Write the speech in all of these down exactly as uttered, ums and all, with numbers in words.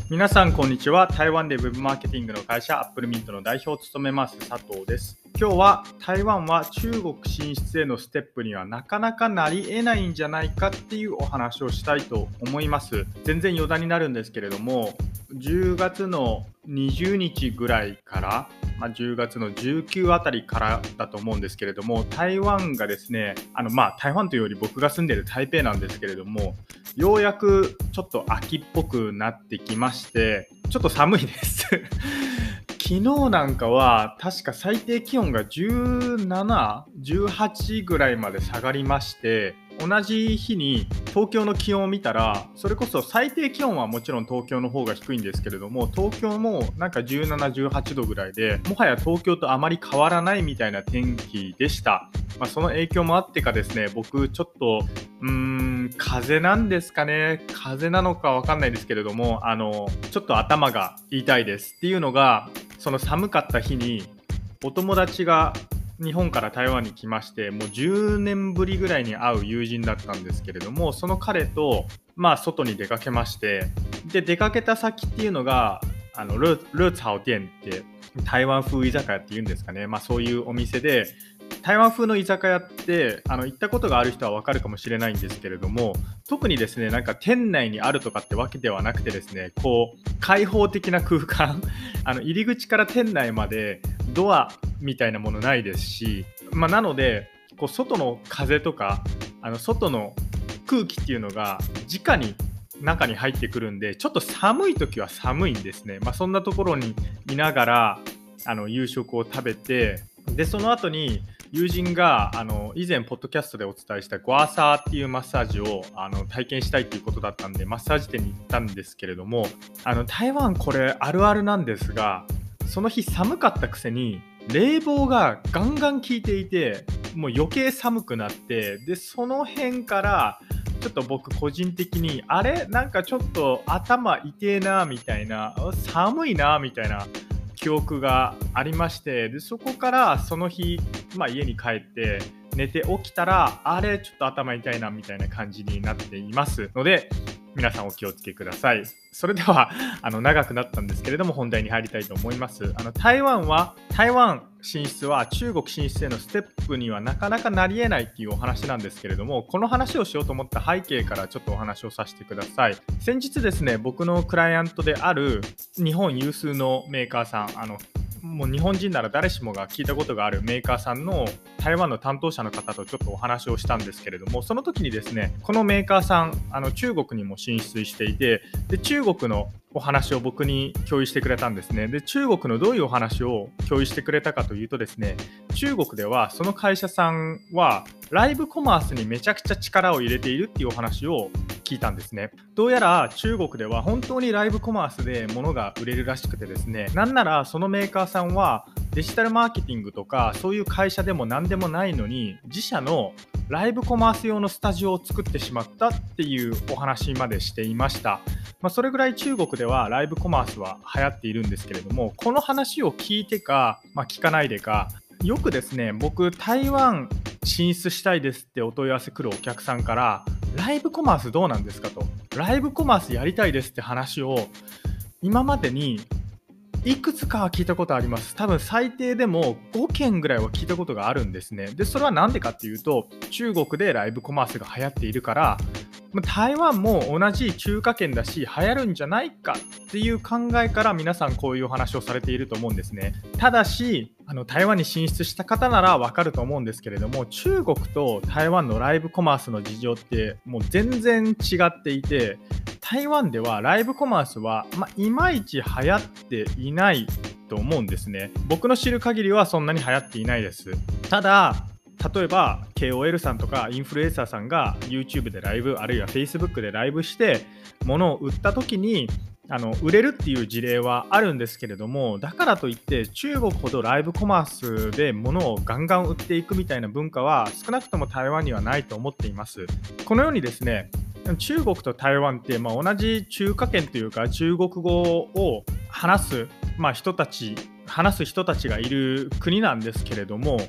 皆さんこんにちは。台湾でウェブマーケティングの会社アップルミントの代表を務めます佐藤です。今日は台湾は中国進出へのステップにはなかなかなり得ないんじゃないかっていうお話をしたいと思います。全然余談になるんですけれども、じゅうがつのにじゅうにちぐらいから、まあ、じゅうがつのじゅうくあたりからだと思うんですけれども、台湾がですね、あのまあ台湾というより僕が住んでいる台北なんですけれども、ようやくちょっと秋っぽくなってきまして、ちょっと寒いです昨日なんかは確か最低気温がじゅうなな、じゅうはちぐらいまで下がりまして、同じ日に東京の気温を見たら、それこそ最低気温はもちろん東京の方が低いんですけれども、東京もなんかじゅうなな、じゅうはちどぐらいで、もはや東京とあまり変わらないみたいな天気でした。まあ、その影響もあってかですね、僕ちょっとうーん風邪なんですかね、風邪なのかわかんないですけれども、あのちょっと頭が痛いですっていうのが、その寒かった日にお友達が日本から台湾に来まして、もうじゅうねんぶりぐらいに会う友人だったんですけれども、その彼とまあ外に出かけまして、で出かけた先っていうのがあのルルーツハオ店って台湾風居酒屋っていうんですかね、まあ、そういうお店で、台湾風の居酒屋ってあの行ったことがある人は分かるかもしれないんですけれども、特にですね、なんか店内にあるとかってわけではなくてですね、こう開放的な空間あの入り口から店内までドアみたいなものないですし、まあ、なのでこう外の風とかあの外の空気っていうのが直に中に入ってくるんで、ちょっと寒い時は寒いんですね。まあ、そんなところにいながらあの夕食を食べて、でその後に友人があの以前ポッドキャストでお伝えしたグアーサーっていうマッサージをあの体験したいということだったんで、マッサージ店に行ったんですけれども、あの台湾これあるあるなんですが、その日寒かったくせに冷房がガンガン効いていて、もう余計寒くなって、でその辺からちょっと僕個人的にあれなんかちょっと頭痛えなみたいな、寒いなみたいな記憶がありまして、でそこからその日、まあ、家に帰って寝て起きたら、あれちょっと頭痛いなみたいな感じになっていますので、皆さんお気をつけください。それではあの長くなったんですけれども、本題に入りたいと思います。あの台湾は台湾進出は中国進出へのステップにはなかなかなり得ないっていうお話なんですけれども、この話をしようと思った背景からちょっとお話をさせてください。先日ですね、僕のクライアントである日本有数のメーカーさん、あのもう日本人なら誰しもが聞いたことがあるメーカーさんの台湾の担当者の方とちょっとお話をしたんですけれども、その時にですね、このメーカーさんあの中国にも進出していて、で中国のお話を僕に共有してくれたんですね。で中国のどういうお話を共有してくれたかというとですね、中国ではその会社さんはライブコマースにめちゃくちゃ力を入れているっていうお話を聞いたんですね。どうやら中国では本当にライブコマースで物が売れるらしくてですね、なんならそのメーカーさんはデジタルマーケティングとかそういう会社でも何でもないのに、自社のライブコマース用のスタジオを作ってしまったっていうお話までしていました。まあ、それぐらい中国ではライブコマースは流行っているんですけれども、この話を聞いてか、まあ、聞かないでか、よくですね、僕台湾進出したいですってお問い合わせ来るお客さんから、ライブコマースどうなんですかと、ライブコマースやりたいですって話を今までにいくつかは聞いたことあります。多分最低でもごけんぐらいは聞いたことがあるんですね。でそれはなんでかっていうと、中国でライブコマースが流行っているから、台湾も同じ中華圏だし流行るんじゃないかっていう考えから皆さんこういうお話をされていると思うんですね。ただしあの台湾に進出した方ならわかると思うんですけれども、中国と台湾のライブコマースの事情ってもう全然違っていて、台湾ではライブコマースは、まあ、いまいち流行っていないと思うんですね。僕の知る限りはそんなに流行っていないです。ただ例えば ケーオーエル さんとかインフルエンサーさんが YouTube でライブ、あるいは Facebook でライブして物を売った時にあの売れるっていう事例はあるんですけれども、だからといって中国ほどライブコマースで物をガンガン売っていくみたいな文化は少なくとも台湾にはないと思っています。このようにですね、中国と台湾って、まあ、同じ中華圏というか中国語を話す、まあ、人たち話す人たちがいる国なんですけれども、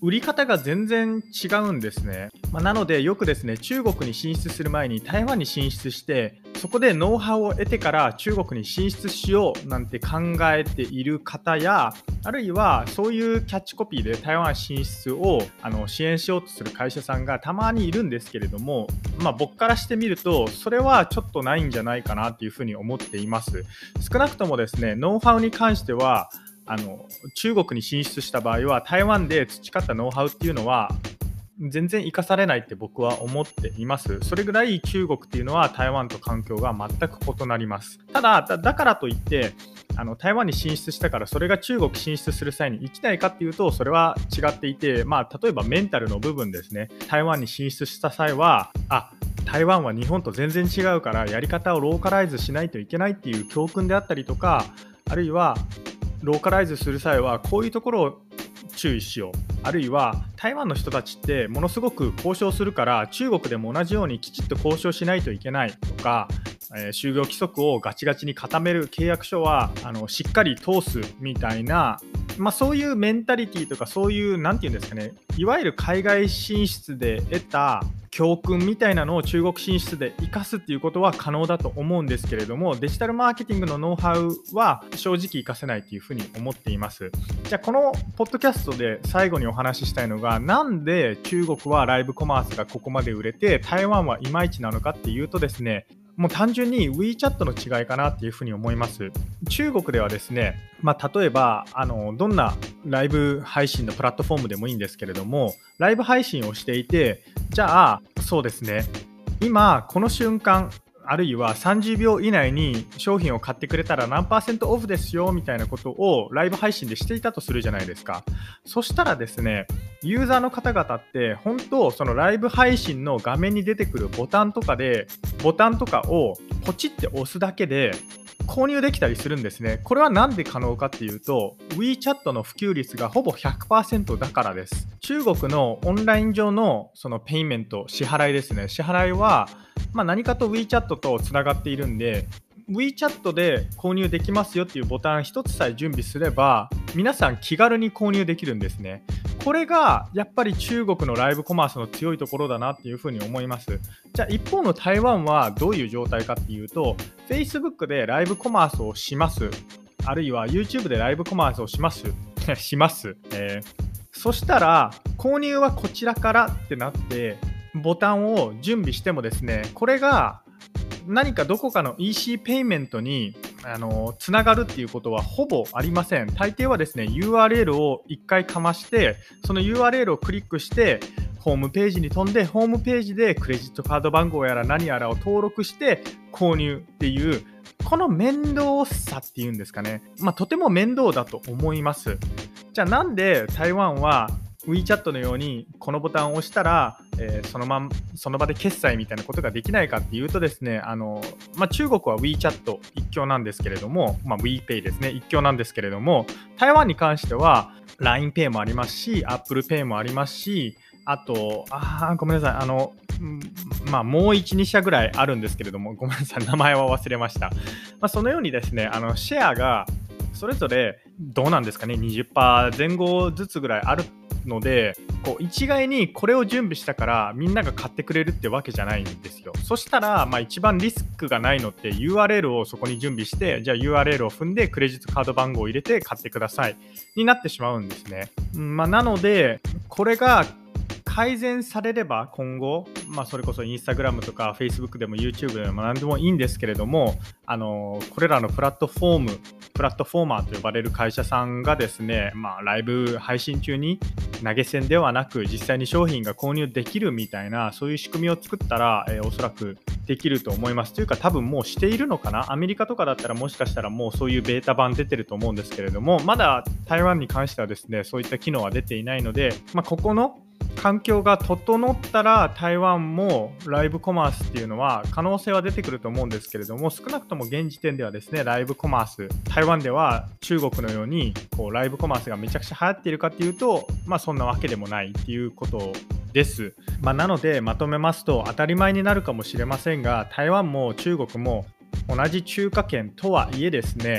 売り方が全然違うんですね。まあ、なのでよくですね、中国に進出する前に台湾に進出して、そこでノウハウを得てから中国に進出しようなんて考えている方や、あるいはそういうキャッチコピーで台湾進出をあの支援しようとする会社さんがたまにいるんですけれども、まあ、僕からしてみるとそれはちょっとないんじゃないかなというふうに思っています。少なくともですね、ノウハウに関してはあの中国に進出した場合は台湾で培ったノウハウっていうのは全然生かされないって僕は思っています。それぐらい中国っていうのは台湾と環境が全く異なります。ただ、だ、だからといってあの台湾に進出したからそれが中国進出する際に生きないかっていうとそれは違っていて、まあ、例えばメンタルの部分ですね。台湾に進出した際はあ台湾は日本と全然違うからやり方をローカライズしないといけないっていう教訓であったりとか、あるいはローカライズする際はこういうところを注意しよう、あるいは台湾の人たちってものすごく交渉するから中国でも同じようにきちっと交渉しないといけないとか、えー、就業規則をガチガチに固める、契約書はあのしっかり通すみたいな、まあ、そういうメンタリティとかそういうなんていうんですかね、いわゆる海外進出で得た教訓みたいなのを中国進出で生かすっていうことは可能だと思うんですけれども、デジタルマーケティングのノウハウは正直生かせないっていうふうに思っています。じゃあこのポッドキャストで最後にお話ししたいのが、なんで中国はライブコマースがここまで売れて台湾はいまいちなのかっていうとですね、もう単純に WeChat の違いかなっていうふうに思います。中国ではですね、まあ、例えばあのどんなライブ配信のプラットフォームでもいいんですけれども、ライブ配信をしていて、じゃあそうですね、今この瞬間あるいはさんじゅうびょう以内に商品を買ってくれたら何パーセントオフですよみたいなことをライブ配信でしていたとするじゃないですか。そしたらですね、ユーザーの方々って本当そのライブ配信の画面に出てくるボタンとかでボタンとかをポチって押すだけで購入できたりするんですね。これはなんで可能かっていうと WeChat の普及率がほぼ ひゃくパーセント だからです。中国のオンライン上のそのペイメント、支払いですね。支払いはまあ何かと WeChat とつながっているんで、 WeChat で購入できますよっていうボタン一つさえ準備すれば皆さん気軽に購入できるんですね。これがやっぱり中国のライブコマースの強いところだなっていうふうに思います。じゃあ一方の台湾はどういう状態かっていうと、 Facebook でライブコマースをします、あるいは YouTube でライブコマースをしますします、えー、そしたら購入はこちらからってなってボタンを準備してもですね、これが何かどこかの イーシー ペイメントにあのつながるっていうことはほぼありません。大抵はですね ユーアールエル をいっかいかまして、その ユーアールエル をクリックしてホームページに飛んで、ホームページでクレジットカード番号やら何やらを登録して購入っていう、この面倒さっていうんですかね、まあ、とても面倒だと思います。じゃあなんで台湾はWeChat のようにこのボタンを押したら、えー、そのまんその場で決済みたいなことができないかっていうとですね、あの、まあ、中国は WeChat 一強なんですけれども、まあ、WePay ですね、一強なんですけれども、台湾に関しては ラインペイ もありますし Apple Pay もありますし、あとあごめんなさい、あの、まあ、もう いち,に 社ぐらいあるんですけれども、ごめんなさい、名前は忘れました。まあ、そのようにですね、あのシェアがそれぞれどうなんですかね、 にじゅっパーセント 前後ずつぐらいあるので、こう一概にこれを準備したからみんなが買ってくれるってわけじゃないんですよ。そしたら、まあ、一番リスクがないのって ユーアールエル をそこに準備して、じゃあ ユーアールエル を踏んでクレジットカード番号を入れて買ってくださいになってしまうんですね。まあ、なのでこれが改善されれば今後、まあ、それこそインスタグラムとか Facebook でも YouTube でも何でもいいんですけれども、あのこれらのプラットフォームプラットフォーマーと呼ばれる会社さんがですね、まあ、ライブ配信中に投げ銭ではなく実際に商品が購入できるみたいな、そういう仕組みを作ったら、えー、おそらくできると思います。というか多分もうしているのかな。アメリカとかだったらもしかしたらもうそういうベータ版出てると思うんですけれども、まだ台湾に関してはですねそういった機能は出ていないので、まあ、ここの環境が整ったら台湾もライブコマースっていうのは可能性は出てくると思うんですけれども、少なくとも現時点ではですね、ライブコマース、台湾では中国のようにこうライブコマースがめちゃくちゃ流行っているかっていうと、まあそんなわけでもないっていうことです。まあ、なのでまとめますと、当たり前になるかもしれませんが、台湾も中国も同じ中華圏とはいえですね、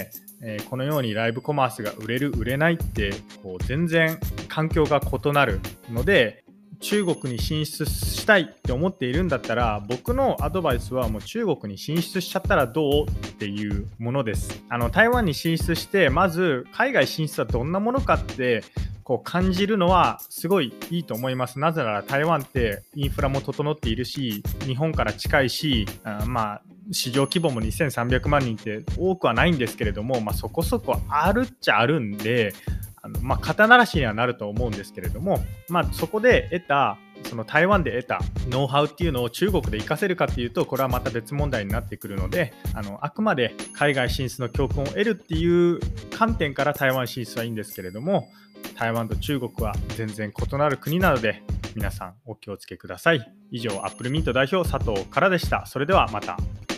えーこのようにライブコマースが売れる売れないってこう全然環境が異なるので、中国に進出したいって思っているんだったら、僕のアドバイスはもう中国に進出しちゃったらどうっていうものです。あの台湾に進出して、まず海外進出はどんなものかってこう感じるのはすごいいいと思います。なぜなら台湾ってインフラも整っているし、日本から近いし、あまあ市場規模もにせんさんびゃくまんにんって多くはないんですけれども、まあ、そこそこあるっちゃあるんで、あのまあ、肩慣らしにはなると思うんですけれども、まあ、そこで得たその台湾で得たノウハウっていうのを中国で活かせるかっていうと、これはまた別問題になってくるので、あのあくまで海外進出の教訓を得るっていう観点から台湾進出はいいんですけれども、台湾と中国は全然異なる国なので、皆さんお気をつけください。以上、アップルミント代表佐藤からでした。それではまた。